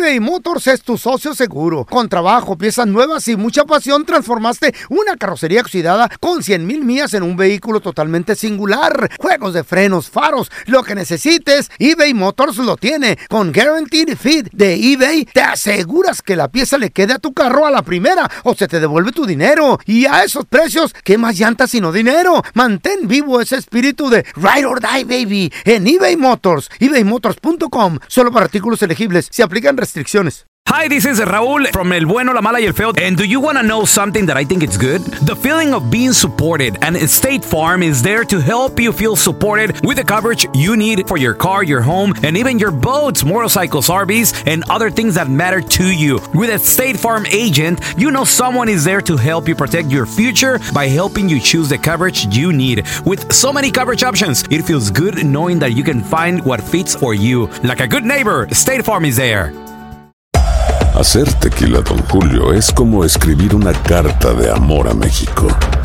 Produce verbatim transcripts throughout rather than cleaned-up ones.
eBay Motors es tu socio seguro. Con trabajo, piezas nuevas y mucha pasión, transformaste una carrocería oxidada con cien mil millas en un vehículo totalmente singular. Juegos de frenos, faros, lo que necesites, eBay Motors lo tiene. Con Guaranteed Fit de eBay, te aseguras que la pieza le quede a tu carro a la primera o se te devuelve tu dinero. Y a esos precios, ¿qué más llantas sino dinero? Mantén vivo ese espíritu de Ride or Die, baby, en eBay Motors. ebay motors punto com. Solo para artículos elegibles. Se aplican restricciones. Hi, this is Raúl from El Bueno, La Mala y El Feo. And do you want to know something that I think it's good? The feeling of being supported. And State Farm is there to help you feel supported with the coverage you need for your car, your home, and even your boats, motorcycles, R Vs, and other things that matter to you. With a State Farm agent, you know someone is there to help you protect your future by helping you choose the coverage you need. With so many coverage options, it feels good knowing that you can find what fits for you. Like a good neighbor, State Farm is there. Hacer tequila Don Julio es como escribir una carta de amor a México.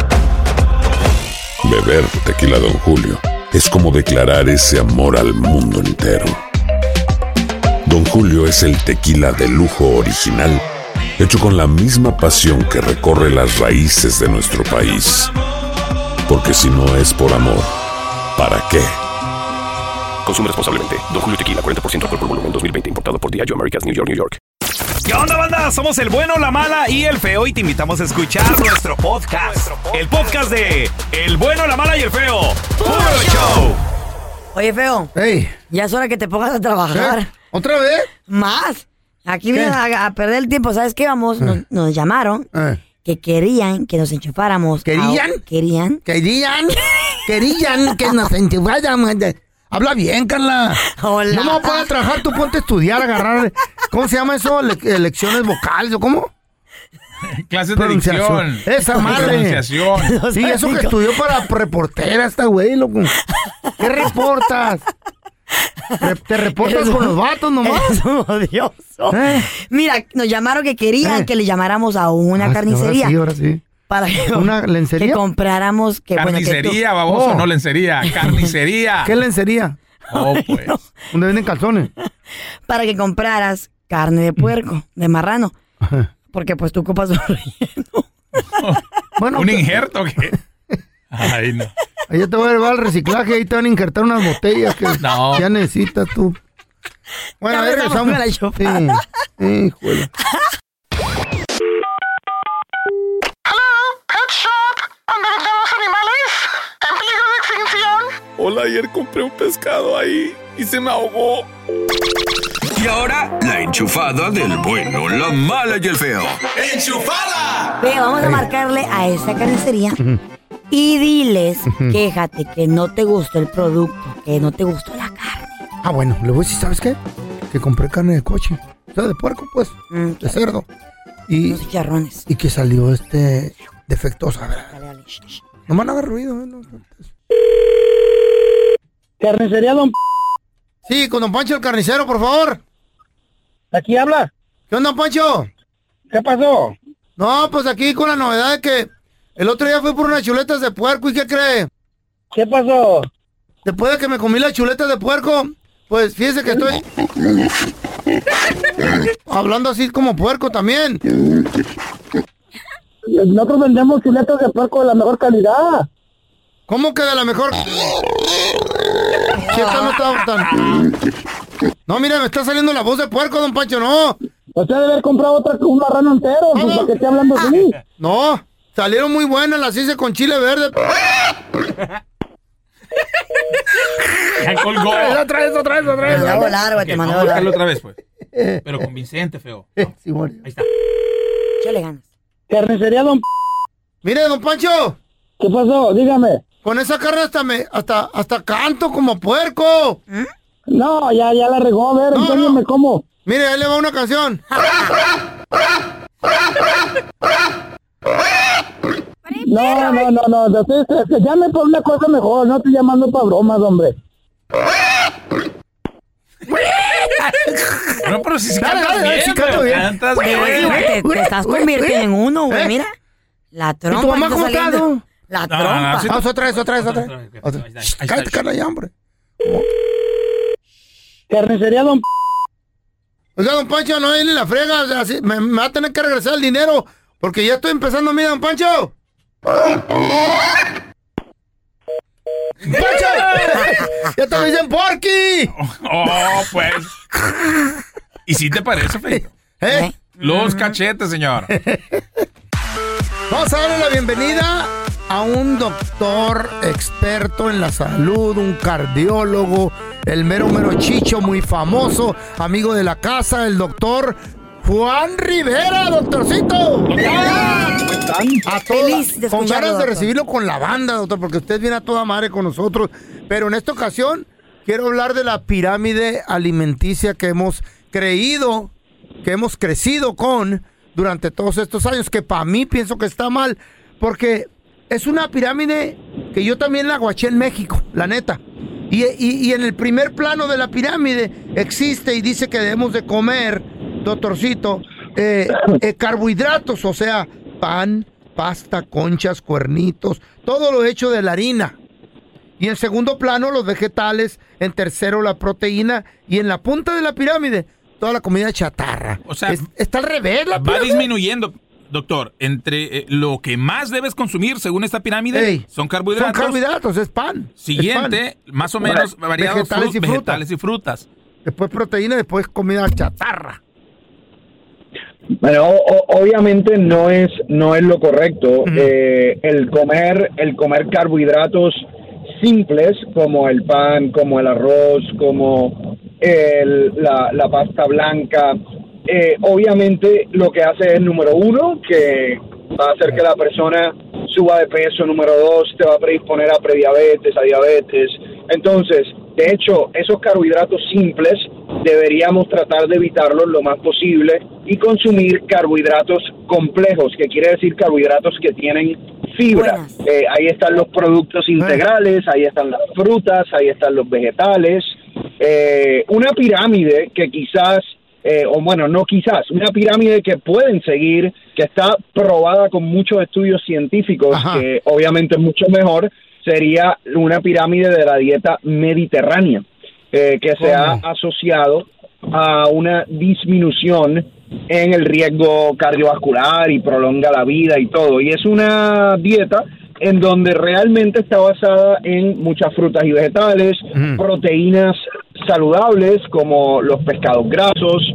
Beber tequila Don Julio es como declarar ese amor al mundo entero. Don Julio es el tequila de lujo original, hecho con la misma pasión que recorre las raíces de nuestro país. Porque si no es por amor, ¿para qué? Consume responsablemente. Don Julio Tequila, cuarenta por ciento alcohol por volumen, dos mil veinte. Importado por Diageo Americas, New York, New York. ¿Qué onda, banda? Somos El Bueno, La Mala y El Feo y te invitamos a escuchar nuestro podcast. El podcast de El Bueno, La Mala y El Feo. ¡Puro show! Oye, Feo. Hey. Ya es hora que te pongas a trabajar. ¿Qué? ¿Otra vez? Más. Aquí vienen a, a perder el tiempo. ¿Sabes qué? Vamos, Eh. nos, nos llamaron Eh. que querían que nos enchufáramos. ¿Querían? A, querían. ¿Querían? ¿Querían que nos enchufáramos? Habla bien, Carla. Hola. No me voy a poner a trabajar, tú ponte a estudiar, agarrar... ¿Cómo se llama eso? Le- lecciones vocales, ¿o cómo? Clases de dicción. Esa madre. Pronunciación. Sí, eso que estudió para reportera esta güey, loco. ¿Qué reportas? Re- ¿Te reportas con los vatos nomás? Es un odioso. ¿Eh? Mira, nos llamaron que querían Eh. que le llamáramos a una Ah, carnicería. Ahora sí, ahora sí. Para que, ¿Una lencería? que compráramos. Que, bueno, que tú- Carnicería, baboso, Oh. no lencería. Carnicería. ¿Qué lencería? Oh, pues. ¿Dónde venden calzones? para que compraras carne de puerco, de marrano. Porque pues tú ocupas un relleno. Bueno, ¿Un pues, injerto qué? Ay, no. Allá te voy a llevar al reciclaje, ahí te van a injertar unas botellas que No. ya necesitas tú. Bueno, Ya ahí empezamos regresamos. con la chupada. Sí. Híjole. Hola, ayer compré un pescado ahí y se me ahogó. Y ahora, la enchufada del bueno, la mala y el feo. Ve, vamos a marcarle a esa carnicería y diles, quéjate que no te gustó el producto, que no te gustó la carne. Ah, bueno, le voy a decir, ¿sabes qué? Que compré carne de coche. O sea, de puerco, pues. Mm, De cerdo. Y, Unos chicharrones. y que salió este defectuosa. A ver, Dale, dale, sh, sh. no van a hacer ruido, ¿eh? No, no. Carnicería Don P... Sí, con don Pancho el carnicero, por favor. ¿Aquí habla? ¿Qué onda, Pancho? ¿Qué pasó? No, pues aquí con la novedad de que el otro día fui por unas chuletas de puerco. ¿Y qué cree? ¿Qué pasó? Después de que me comí las chuletas de puerco, pues fíjese que estoy hablando así como puerco también. Nosotros vendemos chuletas de puerco de la mejor calidad. ¿Cómo que de la mejor? Si esta no está tan... No, mira, me está saliendo la voz de puerco, don Pancho, no. Usted debe haber comprado otra, un marrano entero, pues, ¿para qué esté hablando así? No, salieron muy buenas, las hice con chile verde. Ya colgó. Otra vez, otra vez, otra Te vez. mandó a volar, güey, te Ok, mandó a vamos a volar. buscarlo otra vez, pues. Pero convincente, feo. No. Sí, bueno. Ahí está. Échale ganas. Carnicería Don P... Mire, don Pancho, ¿Qué pasó? Dígame. con esa carne hasta me, hasta, hasta canto como puerco. No, ya, ya la regó. A ver, No, enséñame no. cómo. Mire, ahí le va una canción. No, no, no, no. Usted, usted, usted, llame por una cosa mejor. No estoy llamando para bromas, hombre. No, pero si, si Dale, cantas dale, bien, sí feo, canto bien. cantas Oye, güey, bien. güey, te, te estás convirtiendo en uno, güey, ¿Eh? mira. La trompa. ¿Y tu mamá está cómo está, saliendo. no? La No, no, trompa. no, sí. Vamos otra vez, otra vez, otra Otra vez. vez, Otra ahí está, vez. ahí está. Cállate, Carla, ya, hombre. Carnicería Don P... Oiga, don Pancho, no viene la frega, o sea, sí, me, me va a tener que regresar el dinero, porque ya estoy empezando a mí, don Pancho. ¡Pancho! ¡Ya te dicen Porky! Oh, pues. ¿Y si te parece, Feito? ¿Eh? Los cachetes, señor. Vamos a darle la bienvenida a un doctor experto en la salud, un cardiólogo, el mero mero chicho, muy famoso, amigo de la casa, el doctor Juan Rivera, doctorcito. A Feliz de toda, con escucharlo, ganas de doctor. recibirlo con la banda, doctor, porque usted viene a toda madre con nosotros. Pero en esta ocasión quiero hablar de la pirámide alimenticia que hemos creído, que hemos crecido con durante todos estos años, que para mí pienso que está mal, porque es una pirámide que yo también la guaché en México, la neta. Y, y, y en el primer plano de la pirámide existe y dice que debemos de comer, doctorcito, eh, eh, carbohidratos, o sea, pan, pasta, conchas, cuernitos, todo lo hecho de la harina. Y en segundo plano los vegetales, en tercero la proteína y en la punta de la pirámide toda la comida chatarra. O sea, es, está al revés la va pirámide. disminuyendo, doctor, entre eh, lo que más debes consumir según esta pirámide. Ey, son carbohidratos. Son carbohidratos, es pan. Siguiente, es pan. más o menos variados, vegetales frut- y frutas. vegetales y frutas. Después proteína, después comida chatarra. Bueno, o- obviamente no es no es lo correcto. Ujú. Eh, el comer el comer carbohidratos simples como el pan, como el arroz, como el, la, la pasta blanca, eh, obviamente lo que hace es, número uno, que va a hacer que la persona suba de peso. Número dos, te va a predisponer a prediabetes, a diabetes. Entonces, de hecho, esos carbohidratos simples deberíamos tratar de evitarlos lo más posible y consumir carbohidratos complejos, que quiere decir carbohidratos que tienen fibra. Eh, ahí están los productos integrales, ahí están las frutas, ahí están los vegetales. Eh, una pirámide que quizás, eh, o bueno, no quizás, una pirámide que pueden seguir, que está probada con muchos estudios científicos, Ajá. que obviamente es mucho mejor, sería una pirámide de la dieta mediterránea, eh, que se ha asociado a una disminución en el riesgo cardiovascular y prolonga la vida y todo. Y es una dieta en donde realmente está basada en muchas frutas y vegetales, Mm. proteínas saludables como los pescados grasos,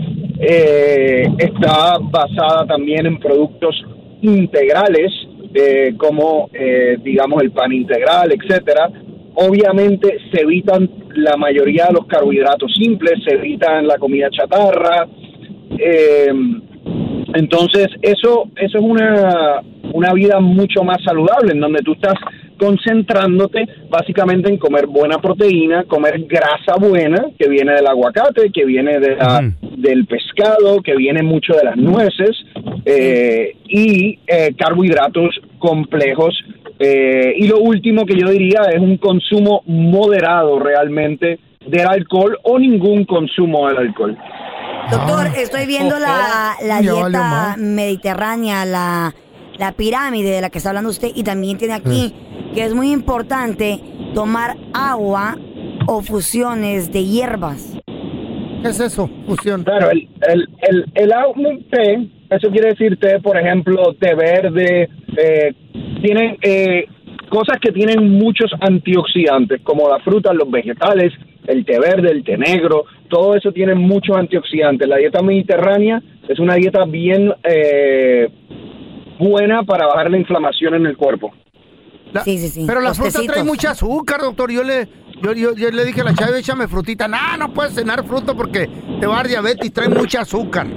eh, está basada también en productos integrales, eh, como eh, digamos el pan integral, etcétera. Obviamente se evitan la mayoría de los carbohidratos simples, se evitan la comida chatarra. Eh, entonces eso eso es una una vida mucho más saludable, en donde tú estás concentrándote básicamente en comer buena proteína, comer grasa buena, que viene del aguacate, que viene de la, Ujú. del pescado, que viene mucho de las nueces, eh, y eh, carbohidratos complejos. Eh, y lo último que yo diría es un consumo moderado realmente del alcohol, o ningún consumo del alcohol. Doctor, Ah. estoy viendo la, la Ya valió dieta más. mediterránea, la, la pirámide de la que está hablando usted, y también tiene aquí que es muy importante tomar agua o fusiones de hierbas. ¿Qué es eso? Fusión. Claro, el, el, el, el agua, un té, eso quiere decir té, por ejemplo, té verde, eh, tienen eh, cosas que tienen muchos antioxidantes, como las frutas, los vegetales, el té verde, el té negro, todo eso tiene muchos antioxidantes. La dieta mediterránea es una dieta bien eh, buena para bajar la inflamación en el cuerpo. La- Sí, sí, sí. Pero la Los fruta tecitos. trae mucha azúcar, doctor. Yo le, yo, yo, yo le dije a la chava, échame frutita. No, no puedes cenar fruta porque te va a dar diabetes, trae mucha azúcar.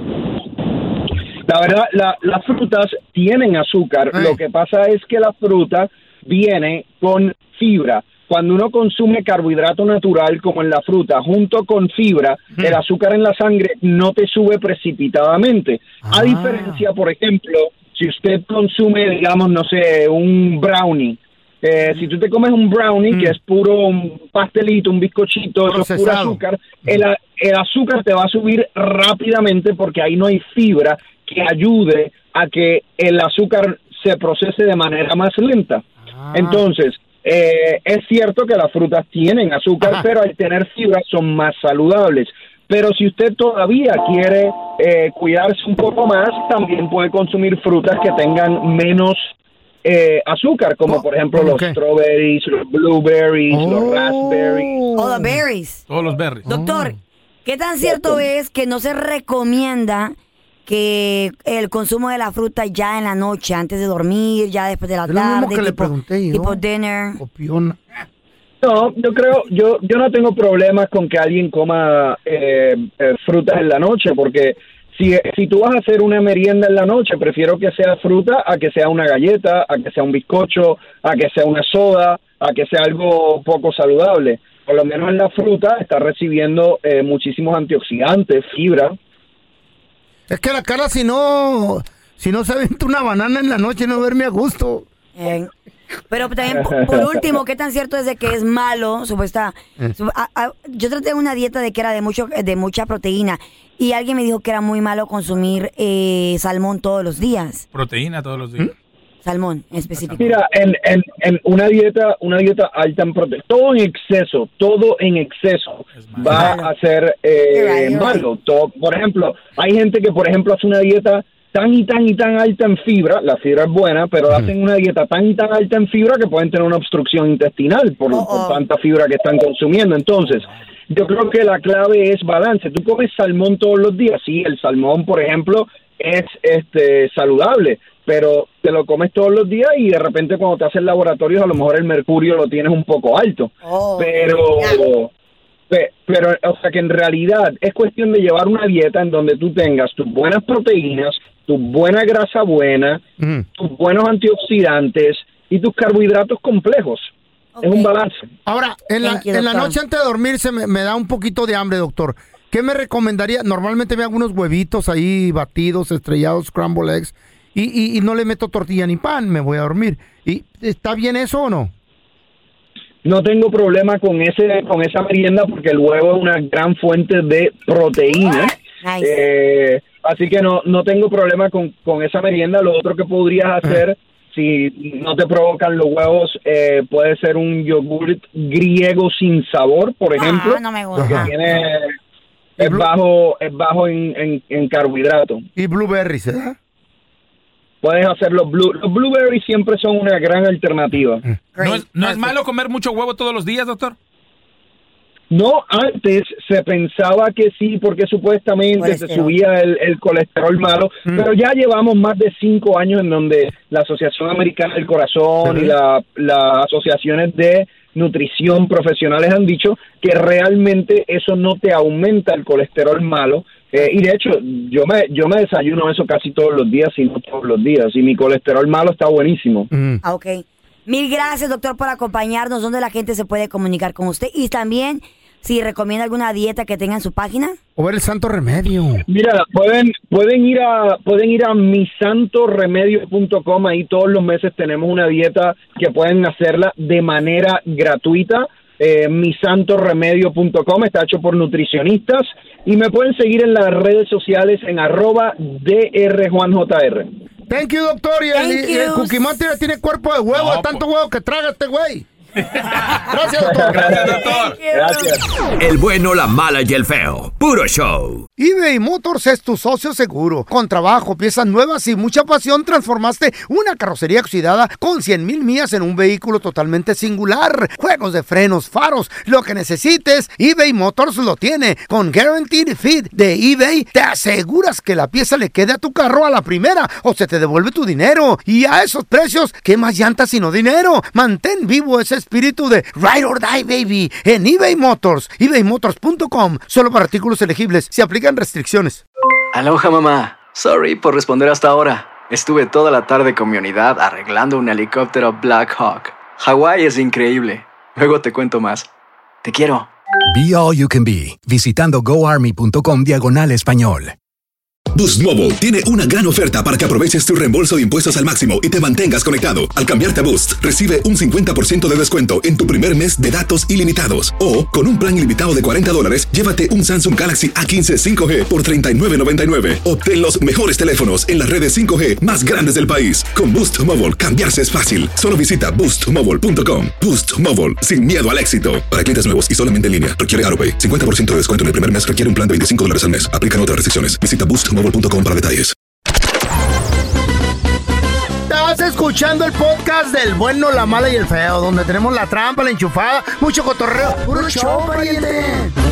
La verdad, la, las frutas tienen azúcar. Ay. Lo que pasa es que la fruta viene con fibra. Cuando uno consume carbohidrato natural, como en la fruta, junto con fibra, Mm. el azúcar en la sangre no te sube precipitadamente. Ah. A diferencia, por ejemplo, si usted consume, digamos, no sé, un brownie. Eh, si tú te comes un brownie, Mm. que es puro un pastelito, un bizcochito, eso es puro Procesado. azúcar, el, a- el azúcar te va a subir rápidamente porque ahí no hay fibra que ayude a que el azúcar se procese de manera más lenta. Ah. Entonces, eh, es cierto que las frutas tienen azúcar, Ajá. pero al tener fibra son más saludables. Pero si usted todavía quiere eh, cuidarse un poco más, también puede consumir frutas que tengan menos eh, azúcar, como Oh, por ejemplo los ¿qué? strawberries, los blueberries, Oh. los raspberries. O the berries. Todos los berries. Doctor, ¿qué tan cierto es que no se recomienda que el consumo de la fruta ya en la noche, antes de dormir, ya después de la Es lo mismo tarde, que le tipo, pregunté yo. tipo dinner? Copiona. No, yo creo, yo yo no tengo problemas con que alguien coma eh, eh, frutas en la noche, porque si, si tú vas a hacer una merienda en la noche, prefiero que sea fruta a que sea una galleta, a que sea un bizcocho, a que sea una soda, a que sea algo poco saludable. Por lo menos en la fruta está recibiendo eh, muchísimos antioxidantes, fibra. Es que la cara, si no, si no se aventa una banana en la noche, no verme a gusto. Eh, pero también, por, por último, ¿qué tan cierto es de que es malo? Supuesta, su- a- a- yo traté una dieta de que era de mucho de mucha proteína y alguien me dijo que era muy malo consumir eh, salmón todos los días. Proteína todos los días. Salmón, en específico. Mira, en, en, en una dieta, una dieta alta en proteína, todo en exceso, todo en exceso va malo. a ser eh, You're right, you're malo. Todo, por ejemplo, hay gente que, por ejemplo, hace una dieta tan y tan y tan alta en fibra, la fibra es buena, pero hacen una dieta tan y tan alta en fibra que pueden tener una obstrucción intestinal por, Oh, oh. por tanta fibra que están consumiendo. Entonces, yo creo que la clave es balance. Tú comes salmón todos los días, sí, el salmón, por ejemplo, es este saludable, pero te lo comes todos los días y de repente cuando te hacen laboratorios a lo mejor el mercurio lo tienes un poco alto. Oh. Pero... Pe- Pero, o sea, que en realidad es cuestión de llevar una dieta en donde tú tengas tus buenas proteínas, tu buena grasa buena, Mm. tus buenos antioxidantes y tus carbohidratos complejos. Ok. Es un balance. Ahora, en la, Thank you, en la doctor. noche antes de dormir se me, me da un poquito de hambre, doctor. ¿Qué me recomendaría? Normalmente me hago unos huevitos ahí batidos, estrellados, scramble eggs, y, y, y no le meto tortilla ni pan, me voy a dormir. ¿Y está bien eso o no? No tengo problema con ese con esa merienda porque el huevo es una gran fuente de proteína. Nice. Eh, así que no no tengo problema con, con esa merienda. Lo otro que podrías hacer, si no te provocan los huevos, eh, puede ser un yogurt griego sin sabor, por ejemplo. Ah, no me que gusta. tiene es bajo es bajo en, en, en carbohidratos. Y blueberries, ¿verdad? Puedes hacer los blue, los blueberries siempre son una gran alternativa. ¿No Great. es, no es Perfect. malo comer mucho huevo todos los días, doctor? No, antes se pensaba que sí, porque supuestamente se Colesterol. subía el, el colesterol malo, pero ya llevamos más de cinco años en donde la Asociación Americana del Corazón y la, las asociaciones de nutrición profesionales han dicho que realmente eso no te aumenta el colesterol malo. Eh, y de hecho, yo me yo me desayuno eso casi todos los días, y no todos los días, y mi colesterol malo está buenísimo. Mm. Ah, ok. Mil gracias, doctor, por acompañarnos. ¿Dónde la gente se puede comunicar con usted? Y también, si recomienda alguna dieta que tenga en su página. O ver el santo remedio. Mira, pueden pueden ir a pueden ir a mi santo remedio punto com. Ahí todos los meses tenemos una dieta que pueden hacerla de manera gratuita. Eh, mi santo remedio punto com está hecho por nutricionistas y me pueden seguir en las redes sociales en arroba drjuanjr. Thank you, doctor. Y el, Thank y el you. Cookie Monster ya tiene cuerpo de huevo, No, de tanto huevo que traga este güey. Gracias, doctor. Gracias, doctor. Gracias. El bueno, la mala y el feo. Puro show. eBay Motors es tu socio seguro. Con trabajo, piezas nuevas y mucha pasión, transformaste una carrocería oxidada con cien mil millas en un vehículo totalmente singular. Juegos de frenos, faros, lo que necesites, eBay Motors lo tiene. Con Guaranteed Fit de eBay, te aseguras que la pieza le quede a tu carro a la primera o se te devuelve tu dinero. Y a esos precios, ¿qué más llantas sino dinero? Mantén vivo ese espíritu de Ride or Die, baby, en eBay Motors. ebay motors punto com. Solo para artículos elegibles. Se aplican restricciones. Aloha, mamá. Sorry por responder hasta ahora. Estuve toda la tarde con mi unidad arreglando un helicóptero Black Hawk. Hawái es increíble. Luego te cuento más. Te quiero. Be All You Can Be, visitando goarmy punto com diagonal español. Boost Mobile tiene una gran oferta para que aproveches tu reembolso de impuestos al máximo y te mantengas conectado. Al cambiarte a Boost, recibe un cincuenta por ciento de descuento en tu primer mes de datos ilimitados. O, con un plan ilimitado de cuarenta dólares, llévate un Samsung Galaxy A quince cinco G por treinta y nueve noventa y nueve. Obtén los mejores teléfonos en las redes cinco G más grandes del país. Con Boost Mobile, cambiarse es fácil. Solo visita boost mobile punto com. Boost Mobile, sin miedo al éxito. Para clientes nuevos y solamente en línea, requiere AutoPay. cincuenta por ciento de descuento en el primer mes requiere un plan de veinticinco dólares al mes. Aplican otras restricciones. Visita boost mobile punto com para detalles. Estás escuchando el podcast del bueno, la mala y el feo, donde tenemos la trampa, la enchufada, mucho cotorreo. ¡Puro show, pariente!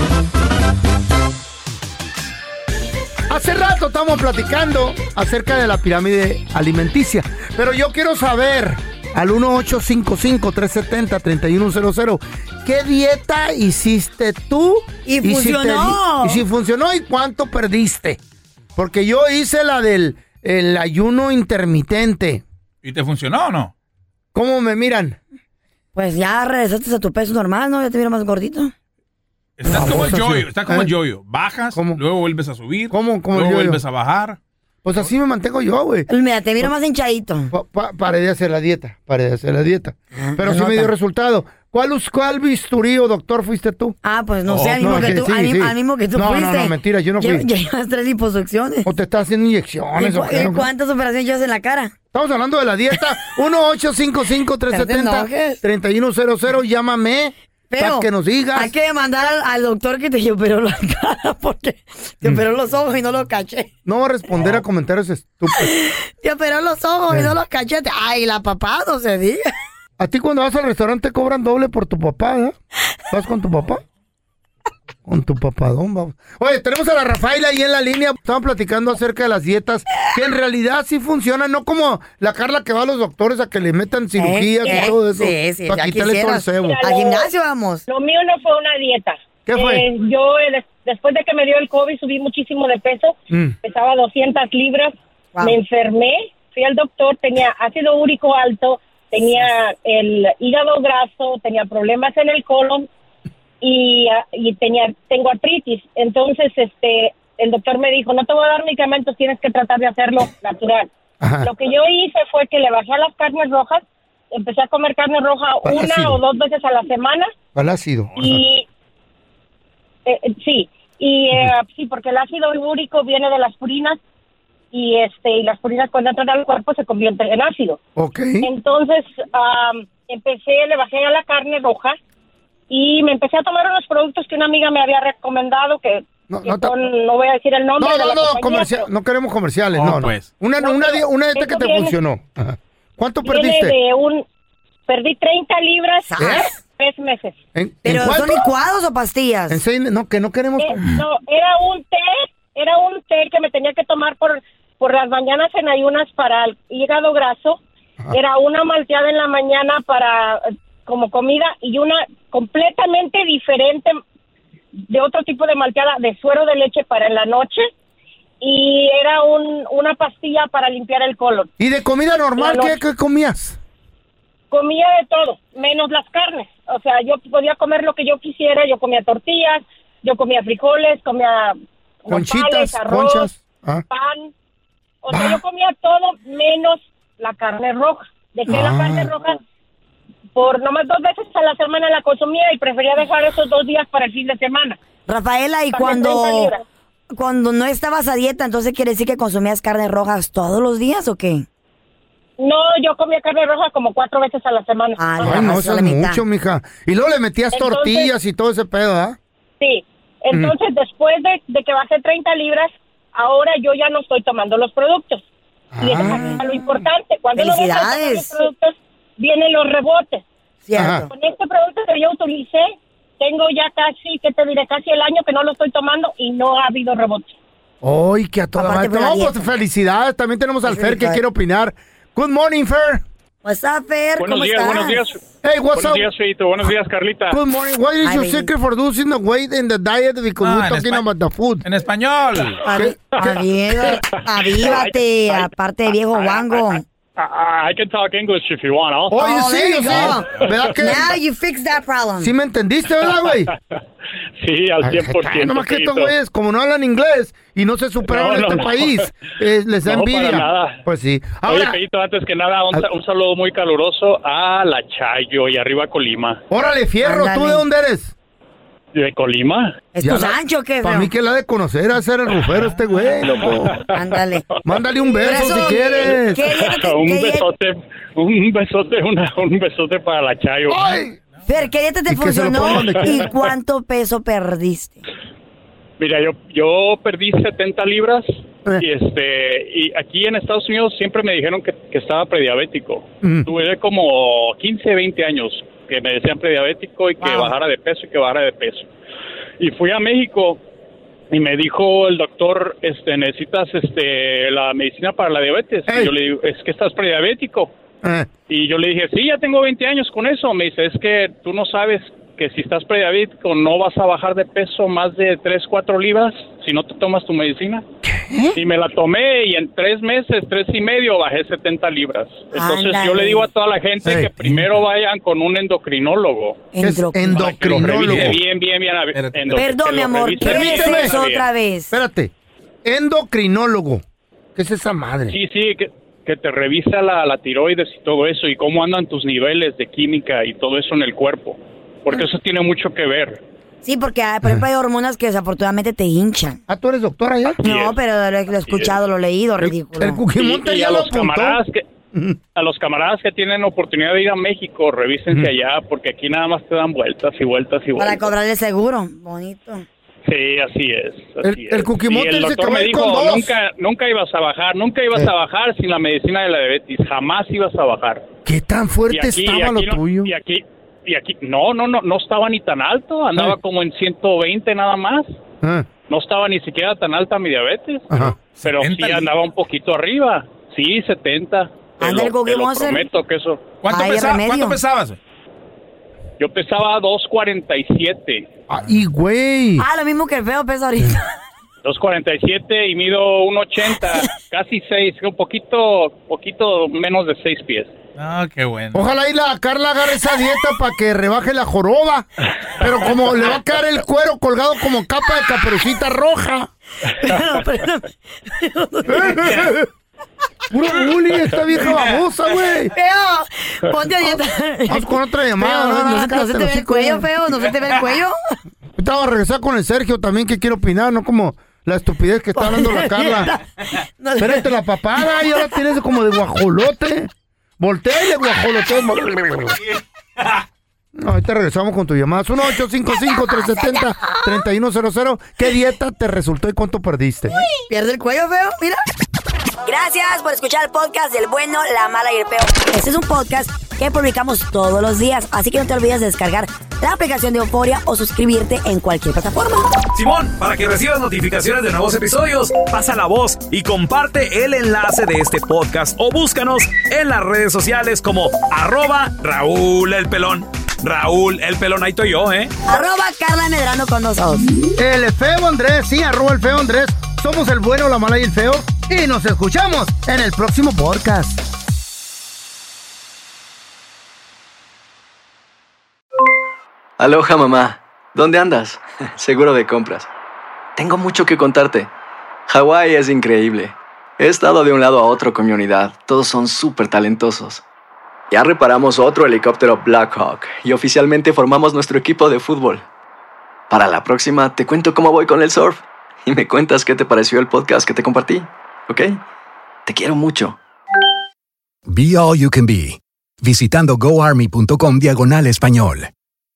Hace rato estamos platicando acerca de la pirámide alimenticia, pero yo quiero saber, al uno ocho cinco cinco, tres siete cero, tres uno cero cero, ¿qué dieta hiciste tú? Y funcionó. Si te, y si funcionó, ¿y cuánto perdiste? Porque yo hice la del el ayuno intermitente. ¿Y te funcionó o no? ¿Cómo me miran? Pues ya regresaste a tu peso normal, ¿no? Ya te vieron más gordito. Estás No, como el pues así. yoyo, estás como ¿Eh? el yoyo. Bajas, ¿Cómo? luego vuelves a subir, ¿Cómo? ¿Cómo el luego yo-yo? vuelves a bajar. Pues así me mantengo yo, güey. Mira, te miro más hinchadito. Pa- pa- paré de hacer la dieta, paré de hacer la dieta. Pero se sí me dio nota. resultado. ¿Cuál, us- ¿Cuál bisturí o doctor fuiste tú? Ah, pues no Oh, sé, al mismo, no, que que tú, sí, al, mi- sí. al mismo que tú No, no, fuiste. no, mentira, yo no fui. Lle- Llevas tres liposucciones. ¿O te estás haciendo ¿Y, inyecciones cu- o qué? y cuántas operaciones llevas en la cara? Estamos hablando de la dieta. uno ocho cinco cinco, tres siete cero, tres uno cero cero. Llámame para Pero que nos digas. hay que demandar al, al doctor que te operó la cara porque te operó los ojos y no los caché. No va a responder a comentarios estúpidos. Te operó los ojos y no los cachetes. Ay, la papá, no se diga. A ti cuando vas al restaurante cobran doble por tu papá, ¿eh? ¿Vas con tu papá? Con tu papadón, vamos. Oye, tenemos a la Rafaela ahí en la línea. Estamos platicando acerca de las dietas que en realidad sí funcionan, no como la Carla que va a los doctores a que le metan cirugías Eh, y todo eso. sí, sí, para ya quitarle todo el quisieras. cebo. Mira, Al gimnasio vamos. Lo mío no fue una dieta. ¿Qué fue? Eh, yo, eh, des- después de que me dio el COVID, subí muchísimo de peso. Mm. Pesaba doscientas libras. Wow. Me enfermé. Fui al doctor. Tenía ácido úrico alto. Tenía el hígado graso. Tenía problemas en el colon. Y, ah, y tenía tengo artritis. Entonces, este, el doctor me dijo, no te voy a dar medicamentos, tienes que tratar de hacerlo natural. Ajá. Lo que yo hice fue que le bajé a las carnes rojas. Empecé a comer carne roja ¿Cuál una ácido? o dos veces a la semana. ¿Cuál ácido? Y eh, eh, sí, y eh, sí, porque el ácido úrico viene de las purinas y este y las purinas cuando entran al cuerpo se convierten en ácido. Ok. Entonces um, empecé, le bajé a la carne roja y me empecé a tomar unos productos que una amiga me había recomendado que, No, que no, ta- son, no voy a decir el nombre No, de no, la no, compañía, comercial, pero no queremos comerciales, No, no, no. pues. Una, No, una, pero di- una dieta que eso te viene- funcionó. Ajá. ¿Cuánto viene perdiste? de un perdí treinta libras ¿Eh? en tres meses. ¿En, ¿Pero ¿en son cuánto? licuados o pastillas? En seis- no, que no queremos. Eh, no, era un té, era un té que me tenía que tomar por por las mañanas en ayunas para el hígado graso. Ajá. Era una malteada en la mañana para eh, como comida y una completamente diferente de otro tipo de malteada de suero de leche para en la noche y era un una pastilla para limpiar el colon. ¿Y de comida normal La qué, noche. qué comías? Comía de todo, menos las carnes. O sea, yo podía comer lo que yo quisiera. Yo comía tortillas, yo comía frijoles, comía Conchitas, nopales, arroz, conchas. Ah. pan. O sea, Ah. yo comía todo menos la carne roja. Dejé Ah. la carne roja por nomás dos veces a la semana la consumía y prefería dejar esos dos días para el fin de semana. Rafaela, y Pasé treinta cuando, libras. cuando no estabas a dieta, entonces quiere decir que consumías carnes rojas todos los días o qué? No, yo comía carne roja como cuatro veces a la semana. Ah, Ay, ya, no, pasó eso la es mitad. mucho, mija. Y luego le metías Entonces- tortillas y todo ese pedo, ¿ah? Sí, entonces después de, de que bajé treinta libras, ahora yo ya no estoy tomando los productos. Y eso Ah. es lo importante. Cuando uno deja de tomar Felicidades. los productos, vienen los rebotes. Cierto. Ajá. Con este producto que yo utilicé, tengo ya casi, ¿qué te diré? Casi el año que no lo estoy tomando y no ha habido rebotes. ¡Ay, que a toda Aparte madre! fue la No, pues, dieta. felicidades. También tenemos al Sí, Fer que claro. quiere opinar. Good morning, Fer. What's up, Fer? Buenos ¿Cómo días, estás? buenos días. Hey, what's Buenos up? días, Feito. Buenos días, Carlita. Good morning. What is Hi, your baby. secret for losing the weight in the diet? Because Ah, we're en talking espa- about the food. En español. Avi- aviva- Avívate, aparte de viejo guango. I, I can talk English if you want. Also. Oye, Oh, sí, there you sí. go. ¿Verdad que? Now you fix that problem. Sí me entendiste, ¿verdad, güey? Sí, al cien por Ay, ciento. nomás que estos Feito. güeyes, como no hablan inglés y no se superaron No, en no, este no. país, eh, les da No, envidia. para nada. Pues sí. Oye, Ahora, Feito, antes que nada, un, un saludo muy caluroso a La Chayo y arriba Colima. órale, Fierro, ¿tú Ándale. de dónde eres? ¿De Colima? ¿Es Ya tu la- Sancho o qué, Para feo? mí que la ha de conocer a ser el rufero este güey, loco. Ándale. Mándale un beso Por eso, si quieres. ¿qué dieta te- un qué dieta- besote, un besote, una, un besote para La Chayo. ¡Ay! Fer, ¿qué dieta te Y que se lo funcionó ponga donde y quiera. cuánto peso perdiste? Mira, yo yo perdí setenta libras Eh. y este y aquí en Estados Unidos siempre me dijeron que, que estaba prediabético. Mm. Tuve como quince, veinte años que me decían prediabético y que Wow. bajara de peso y que bajara de peso. Y fui a México y me dijo el doctor, este, necesitas este la medicina para la diabetes. Ey. Y yo le digo, es que estás prediabético. Eh, Y yo le dije, sí, ya tengo veinte años con eso. Me dice, es que tú no sabes que si estás prediabético no vas a bajar de peso más de tres, cuatro libras si no te tomas tu medicina. Y me la tomé y en tres meses, tres y medio, bajé setenta libras. Entonces Ándale. yo le digo a toda la gente Ey. que primero vayan con un endocrinólogo. ¿qué es Endocrin- Para que lo endocrinólogo? revise bien, bien, bien. a ver, Espérate, endo- Perdón, que mi lo amor, revise ¿qué bien, es bien, eso bien. otra vez? Espérate. Endocrinólogo. ¿Qué es esa madre? Sí, sí, que, que te revisa la, la tiroides y todo eso y cómo andan tus niveles de química y todo eso en el cuerpo. Porque eso tiene mucho que ver. Sí, porque ah, por ejemplo hay hormonas que desafortunadamente te hinchan. Ah, ¿tú eres doctora ya? No, es. pero lo he, lo he escuchado, lo he leído, ridículo. El Cuquimonte Y, y ya a lo los apuntó. camaradas que a los camaradas que tienen oportunidad de ir a México, revísense allá porque aquí nada más te dan vueltas y vueltas y Para vueltas. cobrarle seguro. Bonito. Sí, así es. Así El- el es. Cuquimonte Y el dice que doctor va a me ir dijo, con dos. nunca, nunca ibas a bajar, nunca ibas Eh. a bajar sin la medicina de la diabetes, jamás ibas a bajar. ¿Qué tan Y fuerte aquí, y estaba lo aquí no- tuyo? y aquí, y aquí, no, no, no, no estaba ni tan alto, andaba Ay. como en ciento veinte nada más. Ah, No estaba ni siquiera tan alta mi diabetes, ajá. pero sí setenta andaba un poquito arriba. Sí, setenta. Te Anda el lo, Cookie te lo Monster. prometo que eso. ¿Cuánto, Ay, pesa- remedio. ¿Cuánto pesabas? Yo pesaba dos cuarenta y siete. Ay, güey. Ah, lo mismo que el feo pesa ahorita. dos cuarenta y siete y mido uno ochenta, casi seis, un poquito, poquito menos de seis pies. Ah, qué bueno. Ojalá y la Carla agarre esa dieta para que rebaje la joroba. Pero como le va a quedar el cuero colgado como capa de caperucita roja. Pero, pero- Puro bully, esta vieja babosa, güey. Feo, ponte a dieta. Vamos con otra llamada. Feo, no, no, no, cállate se te los ve el hocico. cuello, feo, no se te ve el cuello. Ahorita vamos a regresar con el Sergio también, que quiere opinar, no como la estupidez que está hablando la Carla. No, Espérate la papada y ahora tienes como de guajolote. Voltea y de guajolote. No, ahorita regresamos con tu llamada. uno ocho cinco cinco, tres siete cero, tres uno cero cero. ¿Qué dieta te resultó y cuánto perdiste? Pierde el cuello, feo, mira. Gracias por escuchar el podcast del bueno, la mala y el feo. Este es un podcast que publicamos todos los días, así que no te olvides de descargar la aplicación de Euforia o suscribirte en cualquier plataforma. Simón, para que recibas notificaciones de nuevos episodios, pasa la voz y comparte el enlace de este podcast o búscanos en las redes sociales como arroba Raúl el Pelón. Raúl el Pelón, ahí estoy yo, ¿eh? Arroba Carla Medrano con nosotros. El feo Andrés, sí, arroba el feo Andrés. Somos el bueno, la mala y el feo. Y nos escuchamos en el próximo podcast. Aloha, mamá. ¿Dónde andas? Seguro de compras. Tengo mucho que contarte. Hawái es increíble. He estado de un lado a otro con mi unidad. Todos son súper talentosos. Ya reparamos otro helicóptero Black Hawk y oficialmente formamos nuestro equipo de fútbol. Para la próxima te cuento cómo voy con el surf y me cuentas qué te pareció el podcast que te compartí, ¿ok? Te quiero mucho. Be All You Can Be, visitando goarmy.com diagonal español.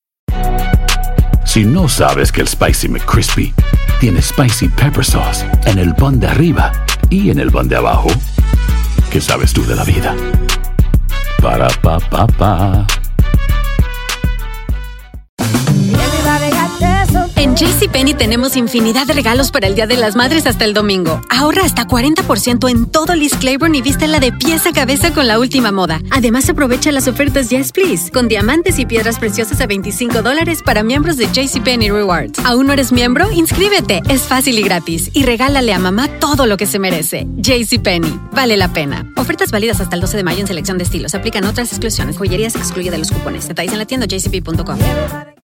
Si no sabes que el Spicy McCrispy tiene Spicy Pepper Sauce en el pan de arriba y en el pan de abajo, ¿qué sabes tú de la vida? Para, pa, pa, pa. En En JCPenney tenemos infinidad de regalos para el Día de las Madres hasta el domingo. Ahorra hasta cuarenta por ciento en todo Liz Claiborne y vístela de pies a cabeza con la última moda. Además, aprovecha las ofertas Yes Please, con diamantes y piedras preciosas a veinticinco dólares para miembros de JCPenney Rewards. ¿Aún no eres miembro? Inscríbete. Es fácil y gratis. Y regálale a mamá todo lo que se merece. JCPenney. Vale la pena. Ofertas válidas hasta el doce de mayo en selección de estilos. Aplican otras exclusiones. Joyerías excluye de los cupones. Detalles en la tienda j c p punto com.